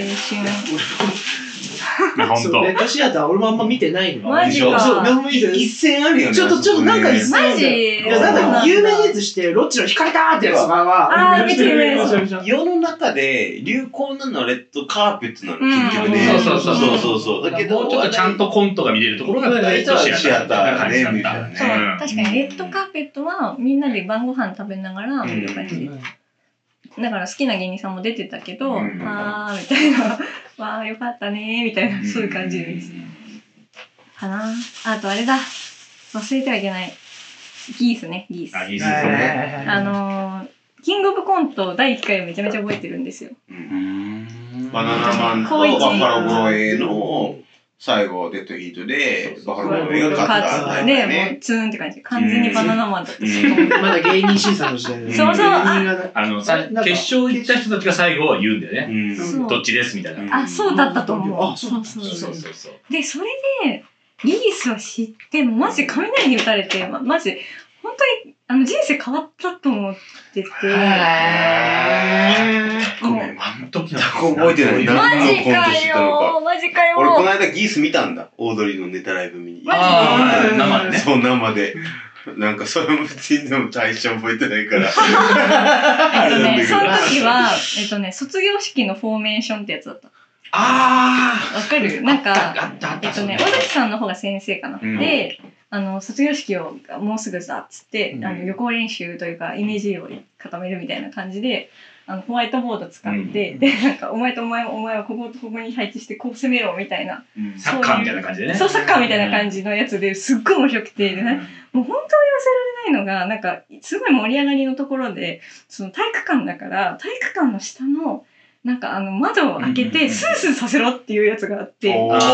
本当。 レッドシアター俺もあんま見てないの。 マジか。 一戦あるよね。 ちょっとなんか一戦。 マジ？ いやなんか有名なやつしてロッチの光だーってやつが見てる。 世の中で流行なのはレッドカーペットなの結局ね。そう。だけどもうちょっとちゃんとコントが見れるところがレッドシアターねみたいなね。 そう確かにレッドカーペットはみんなで晩ご飯食べながら見る感じ。だから好きな芸人さんも出てたけど、みたいな、わあよかったねみたいな、そういう感じです。かな。あとあれだ、忘れてはいけない。ギースね、ギース。 ギースね。 キングオブコント第1回をめちゃめちゃ覚えてるんですよ。 バナナマンとバッファローボーイの最後デッドヒートでバッファローボーイが勝ったね。もうツーンって感じ。完全にバナナマンだった。 まだ芸人審査の時代で。 そう。 決勝行った人たちが最後は言うんだよね。どっちですみたいな。 そうだったと思う。そう。で、それで、ギースを知って、マジ雷に打たれて、マジ、本当に人生変わったと思ってて。 ごめん、あの時の覚えてない。 マジかよ。 俺この間ギース見たんだ。オードリーのネタライブ見に。 生でね。 そう、生で。なんかそれも別にでも最初覚えてないから。その時は、卒業式のフォーメーションってやつだった。わかる？なんか、尾崎さんの方が先生かな。で、卒業式をもうすぐだっつって、予行練習というかイメージを固めるみたいな感じで、ホワイトボード使って、で、なんか、お前はこことここに配置してこう攻めろみたいな。 サッカーみたいな感じでね。 そう、サッカーみたいな感じのやつですっごい面白くて、でね、もう本当に忘れられないのが、なんか、すごい盛り上がりのところで、その体育館だから、体育館の下の、なんか窓を開けてスースーさせろっていうやつがあって、そのボケ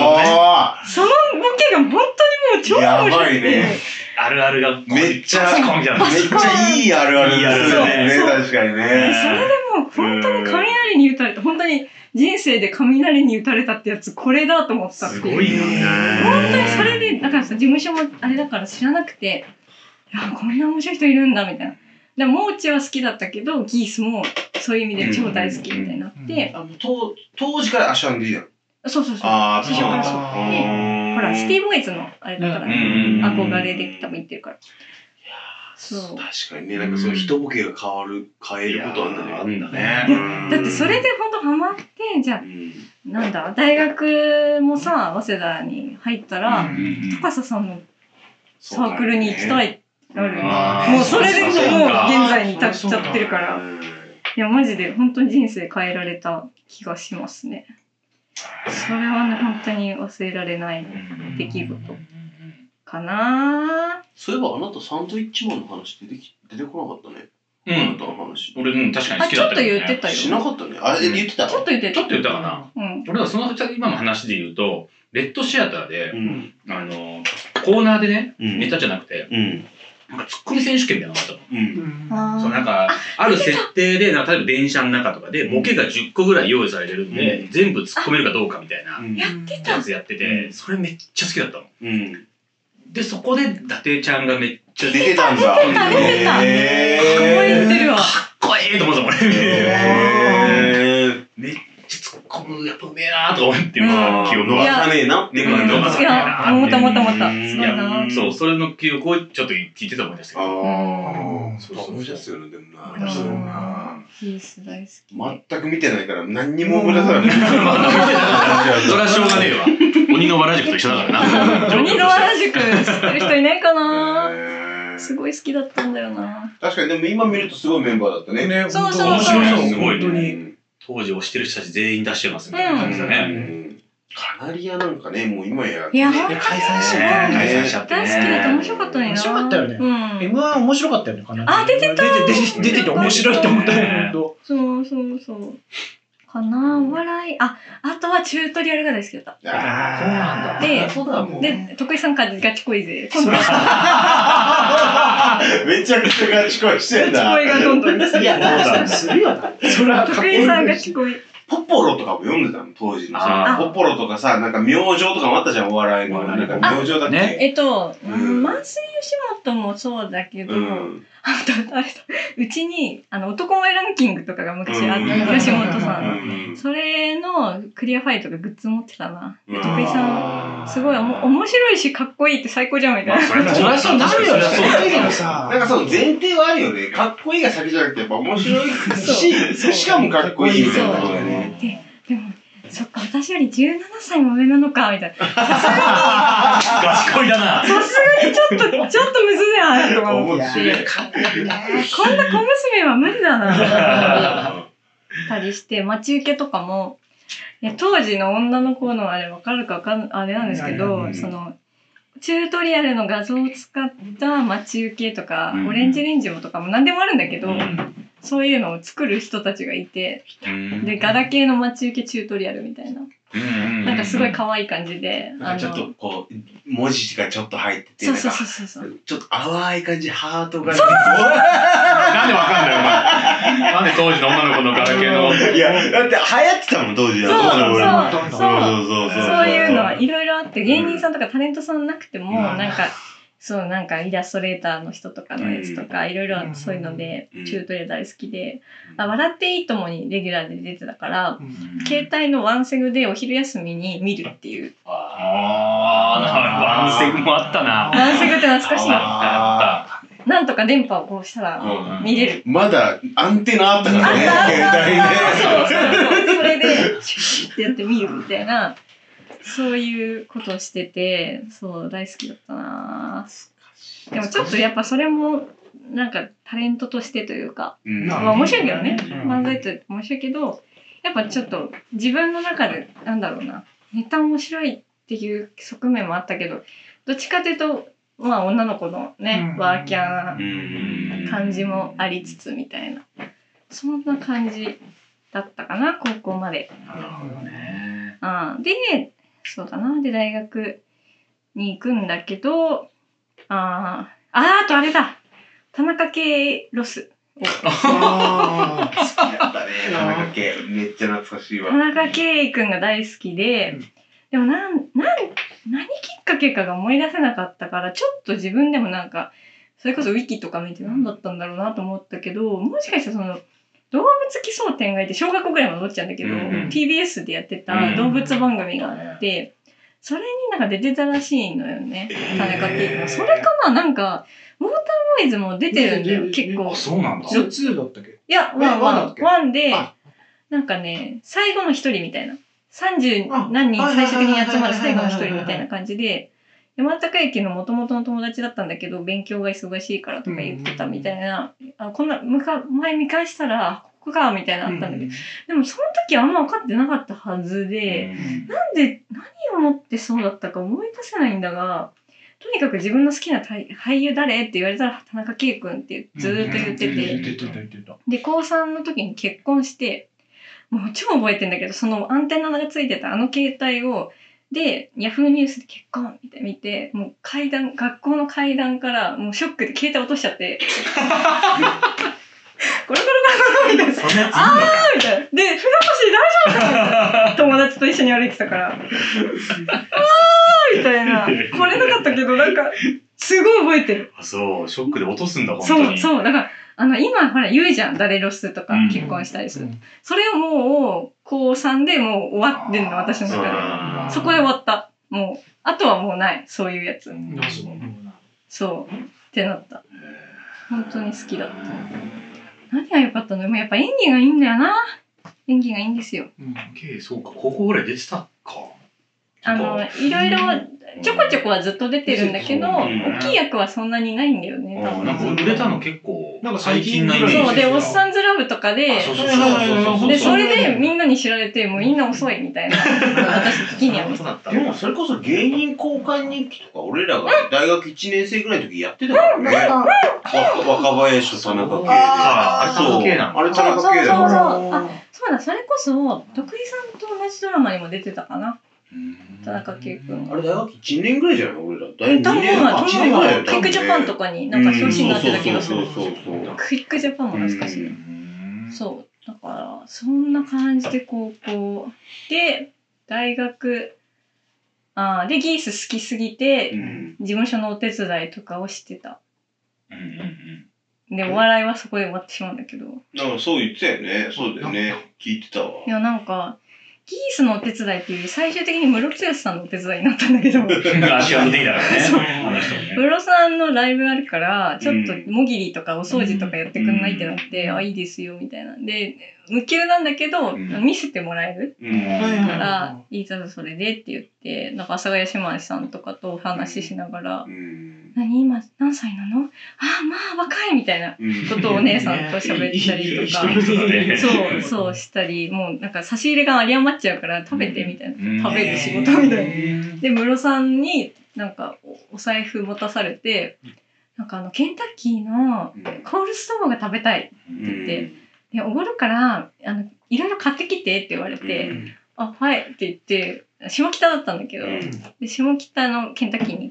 が本当にもう超面白いね。 あるあるがめっちゃいいあるあるですね。確かにね。 それで本当に雷に打たれた、本当に人生で雷に打たれたってやつこれだと思ったっていう。 すごいな。 本当にそれで、だからさ、事務所もあれだから知らなくて、いや、こんな面白い人いるんだみたいな。でモーチは好きだったけど、ギースもそういう意味で超大好きみたいになって。 当時からアシュアンディーだ。 そうそうそう。 ああ、 最初からそう。で、ほら、シティボーイズのあれだから、憧れで多分言ってるから。 そう。確かにね、なんかその人ボケが変えることあんだね。 だってそれで本当ハマって、じゃあ、なんだ、大学もさ、早稲田に入ったら、高佐さんのサークルに行きたいってなるよね。もうそれでもう現在に至っちゃってるから。いや、マジで本当に人生変えられた気がしますね。それはね、本当に忘れられない出来事かな。 そういえばあなたサンドイッチマンの話出てこなかったね。あなたの話。 俺、確かに好きだったけどね。 ちょっと言ってたよ。 しなかったね。あれ言ってた？ ちょっと言ってたかな。俺はその今の話で言うと、レッドシアターで、コーナーでね、ネタじゃなくて、なんかツッコミ選手権みたいなのがあったの。そうなんか、ある設定で、例えば電車の中とかで、ボケが10個ぐらい用意されてるんで、全部突っ込めるかどうかみたいなやつやってて、それめっちゃ好きだったの。で、そこで伊達ちゃんがめっちゃ出てたんだ。 出てた。かっこいいってるわ。 かっこいいと思ったもん、俺。めっちゃ突っ込む、やっぱうめえなーとか思ってる記憶が。逃さねえなっていう感じが。 いや、思った。すごいな。 そう、それの記憶をちょっと聞いてた思い出したけど。 そう思い出すよね、でもな。 ヒース大好き。全く見てないから何にも思い出さない。それはしょうがねえわ。鬼のわらじくと一緒だからな。 鬼のわらじく知ってる人いないかな。すごい好きだったんだよな。 確かに、でも今見るとすごいメンバーだったね。 そう。 面白い、すごいね。当時推してる人たち全員出してますみたいな感じだね。 カナリアなんかね、もう今や。 いや、本当に解散しちゃって。大好きだって面白かったね。 面白かったよね。M1 面白かったよね、カナリア。 あ、出てた。 出てて面白いって思ったよ、 そう。かな、お笑い。あとはチュートリアルが大好きだった。 そうなんだ。 で、徳井さんからガチ恋ぜ。 めちゃくちゃガチ恋してんだ。 ガチ恋がどんどんいや、するよな。 徳井さんガチ恋。 ポポロとかも読んでたの、当時のさ。ポポロとかさ、なんか明星とかもあったじゃん、お笑いの。なんか明星だっけ。 マンスリー吉本もそうだけど、うちに男前ランキングとかが昔あった吉本さん。それのクリアファイルとかグッズ持ってたな。徳井さん、すごい面白いしかっこいいって最高じゃんみたいな。 そりゃそうなるよね。 なんかその前提はあるよね。かっこいいが先じゃなくてやっぱ面白いし、しかもかっこいいみたいなことだよね。 でも、そっか、私より17歳も上なのか、みたいな。 ガチ恋だな。 さすがにちょっとむずいな、とか思って。こんな小娘は無理だな、たりして、待ち受けとかも、当時の女の子のあれ分かるかあれなんですけど、その、チュートリアルの画像を使った待ち受けとか、オレンジレンジもとかも何でもあるんだけど、そういうのを作る人たちがいて、で、ガラケーの待ち受けチュートリアルみたいな。なんかすごい可愛い感じで。 ちょっとこう、文字がちょっと入ってて、 そう。 ちょっと淡い感じ、ハートが。 なんでわかんないお前。なんで当時の女の子のガラケーの。 いや、だって流行ってたもん、当時は。 そういうのはいろいろあって、芸人さんとかタレントさんなくても、なんかイラストレーターの人とかのやつとか、いろいろそういうので、チュートリアル大好きで、笑っていいともにレギュラーで出てたから、携帯のワンセグでお昼休みに見るっていう。 ワンセグもあったな。 ワンセグって懐かしい。なんとか電波をこうしたら見れる。 まだアンテナあったからね、携帯で。それで、シュッってやって見るみたいな。そういうことをしてて、そう、大好きだったな。でもちょっとやっぱそれも、なんかタレントとしてというか、面白いけどね。漫才って面白いけど、やっぱちょっと自分の中で、なんだろうな、ネタ面白いっていう側面もあったけど、どっちかというと、まあ女の子のね、ワーキャーな感じもありつつみたいな。そんな感じだったかな、高校まで。 なるほどね。 で、そうだな。で、大学に行くんだけど、あとあれだ。田中圭ロス。 あ好きだったね、田中圭。めっちゃ懐かしいわ。 田中圭君が大好きで、でも何きっかけかが思い出せなかったから、ちょっと自分でもなんか、それこそウィキとか見て何だったんだろうなと思ったけど、もしかしたらその、動物奇想天外って小学校ぐらいまで戻っちゃうんだけど、TBS でやってた動物番組があって、それになんか出てたらしいのよね、田中圭君。それかな、なんか、ウォーターボーイズも出てるんだよ、結構。 そうなんだ。 2だったっけ？ いや、ワンであ、 なんかね、最後の一人みたいな。30何人最終的に集まる最後の一人みたいな感じで、山田孝之の元々の友達だったんだけど、勉強が忙しいからとか言ってたみたいな、こんな、前見返したら、ここか、みたいなのあったんだけど、でもその時はあんま分かってなかったはずで、なんで、何をもってそうだったか思い出せないんだが、とにかく自分の好きな俳優誰って言われたら田中圭君ってずーっと言ってて、で、高3の時に結婚して、もう超覚えてんだけど、そのアンテナがついてたあの携帯を、で、ヤフーニュースで結婚って見て、もう学校の階段からもうショックで携帯落としちゃって、ゴロゴロゴロみたいな。 そんなやついんのか。 あーみたいな。で、船越大丈夫かみたいな。友達と一緒に歩いてたから。あーみたいな。これなかったけど、なんか、すごい覚えてる。 あ、そう、ショックで落とすんだ、本当に。 そう。だから、今、ほら、言うじゃん。誰ロスとか結婚したりする。それをもう、高3でもう終わってんの、私の中で。そこで終わった。もう、あとはもうない。そういうやつ。そう。ってなった。本当に好きだった。何が良かったの？やっぱ演技がいいんだよな。演技がいいんですよ。 そうか、高校ぐらい出てたか。 いろいろちょこちょこはずっと出てるんだけど、大きい役はそんなにないんだよね。多分なんか売れたの結構最近のイメージ。 そうで、おっさんずラブとかで、でそれでみんなに知られて、もうみんな遅いみたいな。私的にはでもそれこそ芸人交換日記とか俺らが大学1年生ぐらいの時やってたからね。若林と田中圭で。あれ田中圭だから。 そうだ、それこそ徳井さんと同じドラマにも出てたかな。田中圭君。 あれ大学1年ぐらいじゃない俺ら。 多分1年ぐらい。クイックジャパンとかになんか表紙になってたけど、クイックジャパンも懐かしい。そう。だから、そんな感じで高校で、大学、で、ギース好きすぎて、事務所のお手伝いとかをしてた。で、お笑いはそこで終わってしまうんだけど。 そう言ってたよね。そうだよね。聞いてたわ。 いや、なんか、ギースのお手伝いっていう最終的にムロツヨシさんのお手伝いになったんだけど足は出てきたからね。 ムロさんのライブあるからちょっともぎりとかお掃除とかやってくんないってなって、いいですよみたいなで無給なんだけど、見せてもらえるからいいぞそれでって言ってなんか阿佐ヶ谷姉妹さんとかとお話ししながら、何今何歳なの？まあ若いみたいなことをお姉さんと喋ったりとかそうしたりもうなんか差し入れが有り余っちゃうから食べてみたいな、食べる仕事みたいなでムロさんになんかお財布持たされてなんかケンタッキーのコールスローが食べたいって言ってでおごるからいろいろ買ってきてって言われて、はいって言って下北だったんだけど、で下北のケンタッキーに行って、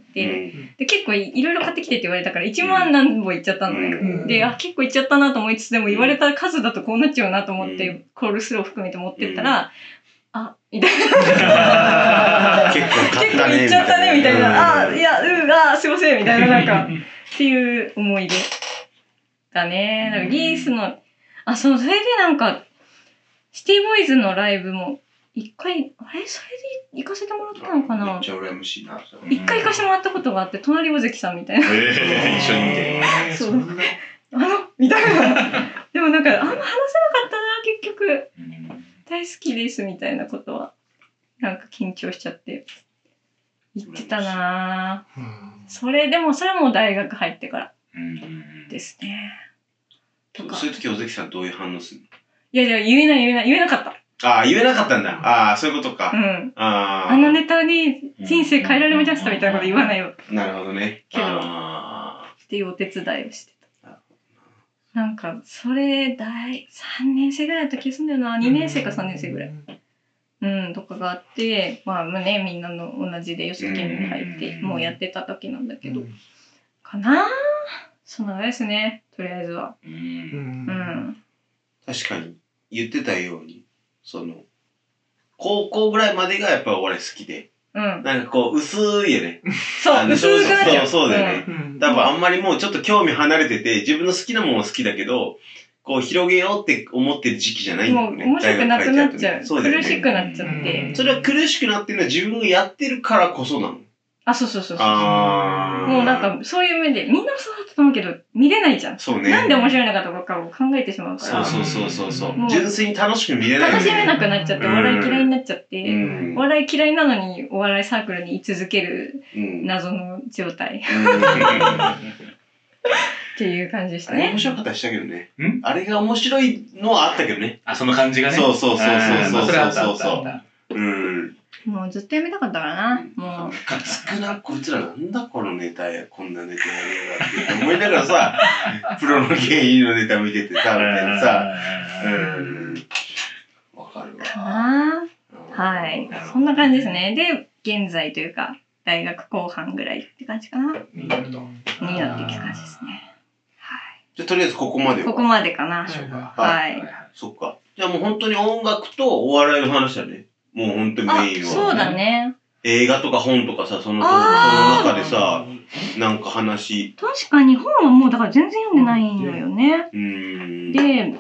で結構いろいろ買ってきてって言われたから1万何本いっちゃったのね、で結構いっちゃったなと思いつつでも言われた数だとこうなっちゃうなと思って、コールスロー含めて持ってったら、みたいな結構いっちゃったねみたいな、いやすいませんみたいななんかっていう思い出だね。なんかギースのそれでなんかシティボーイズのライブも一回それで行かせてもらったのかな。 めっちゃ羨ましいな。 一回行かせてもらったことがあって隣尾関さんみたいな。 一緒に見て。 そうみたいな。でもなんかあんま話せなかったな結局。大好きですみたいなことはなんか緊張しちゃって言ってたな。それもう大学入ってからですね。 そういう時尾関さんどういう反応するの？ いや言えなかった。 言えなかったんだ。そういうことか。 あのネタに人生変えられましたみたいなこと言わないよ。 なるほどね。 けどっていうお手伝いをしてた。なんかそれ3年生ぐらいだった気がするんだよな。2年生か3年生ぐらい。とかがあって、みんなの同じで吉木に入ってもうやってた時なんだけど、かな。 そんなのですね、とりあえずは。 う。 うんん。 確かに言ってたように、その、高校ぐらいまでがやっぱ俺好きで、 うん。 なんかこう、薄いよね。 そう、薄くなっちゃう。 そうだよね。 うん多分あんまりもうちょっと興味離れてて、自分の好きなもの好きだけど、こう広げようって思ってる時期じゃないんだよね。 もう面白くなくなっちゃう。 そうだよね苦しくなっちゃっうてん。 それは苦しくなってるのは自分がやってるからこそなの。 あ、そうそうそうそう。 あー。 もうなんか、そういう目で、みんなもそうだったと思うけど、見れないじゃん。 そうね。 なんで面白いのかとかを考えてしまうから。 そうそう。 もう純粋に楽しく見れないよね。 楽しめなくなっちゃって、お笑い嫌いになっちゃって、 うんお笑い嫌いなのにお笑いサークルに居続けるうん。 謎の状態っあていう感じでしたれ面ね。 白かったりしたけどね。 んあれが面白いのはあったけどね。 あ、その感じがね。 そうそうそれあったあったあった。 うん。 もうずっとやめたかったからな。もう。 少なこいつらなんだこのネタや、こんなネタやるよって思いながらさ、プロの芸人のネタ見ててさ、みたいなさ、わかるかわ。 なはい。そんな感じですね。で、現在というか、大学後半ぐらいって感じかな。になっていく感じですね。 じゃあとりあえずここまでは。 ここまでかな。 ははい。 そっか。じゃあもう本当に音楽とお笑いの話だね。もう本当にあメイン、は。 そうだね。 映画とか本とかさ、そのあー中でさ、なんか話。 確かに本はもうだから全然読んでないのよね。で、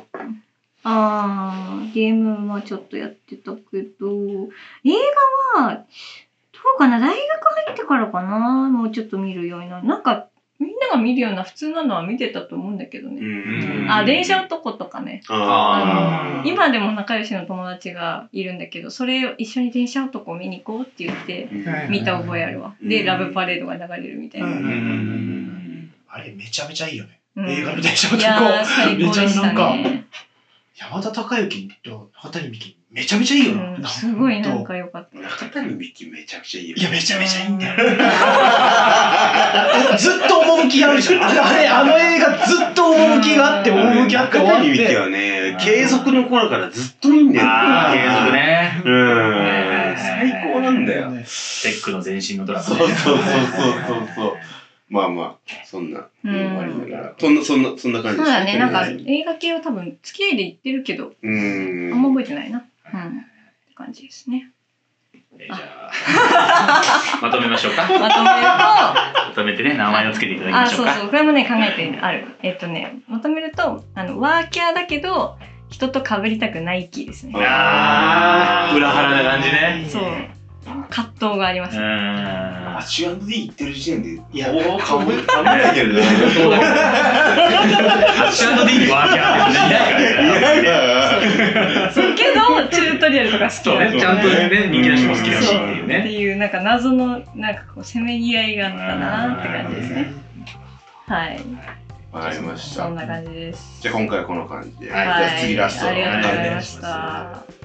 ゲームはちょっとやってたけど、映画は、どうかな、大学入ってからかな、もうちょっと見るようになる。なんか、みんなが見るような普通なのは見てたと思うんだけどね。電車男とかね。今でも仲良しの友達がいるんだけど、それを一緒に電車男を見に行こうって言って見た覚えあるわ。で、ラブパレードが流れるみたいな。 あれめちゃめちゃいいよね。 うん映画の電車いやー、 男。 最高でしたね。 山田孝之と畑美紀めちゃめちゃいいよな。 すごいなんか良かった。 中谷美紀めちゃくちゃいいよ。 いや、めちゃめちゃいいんだよ。ずっと趣あるじゃん。あの映画ずっと趣があって、趣あって終わっ中谷美紀て。 はね、継続の頃からずっといいんだよ。 継続ね。 最高なんだよ。 テックの前身のドラマね。 そう。まあまあ、そんな、終わりながら。そんな感じですそうだね、なんか映画系は多分付き合いで言ってるけど、あんま覚えてないな。って感じですね。 じゃあ、まとめましょうか。 まとめてね、名前をつけていただきましょうか。 そう、これもね、考えてある。まとめると、ワーキャーだけど、人と被りたくない気ですね。 裏腹な感じね。 そう。葛藤があります。 アシュ&ディ言ってる時点で、 いや、 かぶないけどね。 そうだけど。アッシュ&ディにワーキャーっていないからね。 そうけど、チュートリアルとか好きそうね、ちゃんとね、人気な人も好きだしっていうってね。 いう、なんか謎の、なんかこう、せめぎ合いがあったなって感じですね。はい。 わかりました。 そんな感じです。 じゃあ今回はこの感じで。 はいじゃあ次ラストのありがとうございまお願いししますた。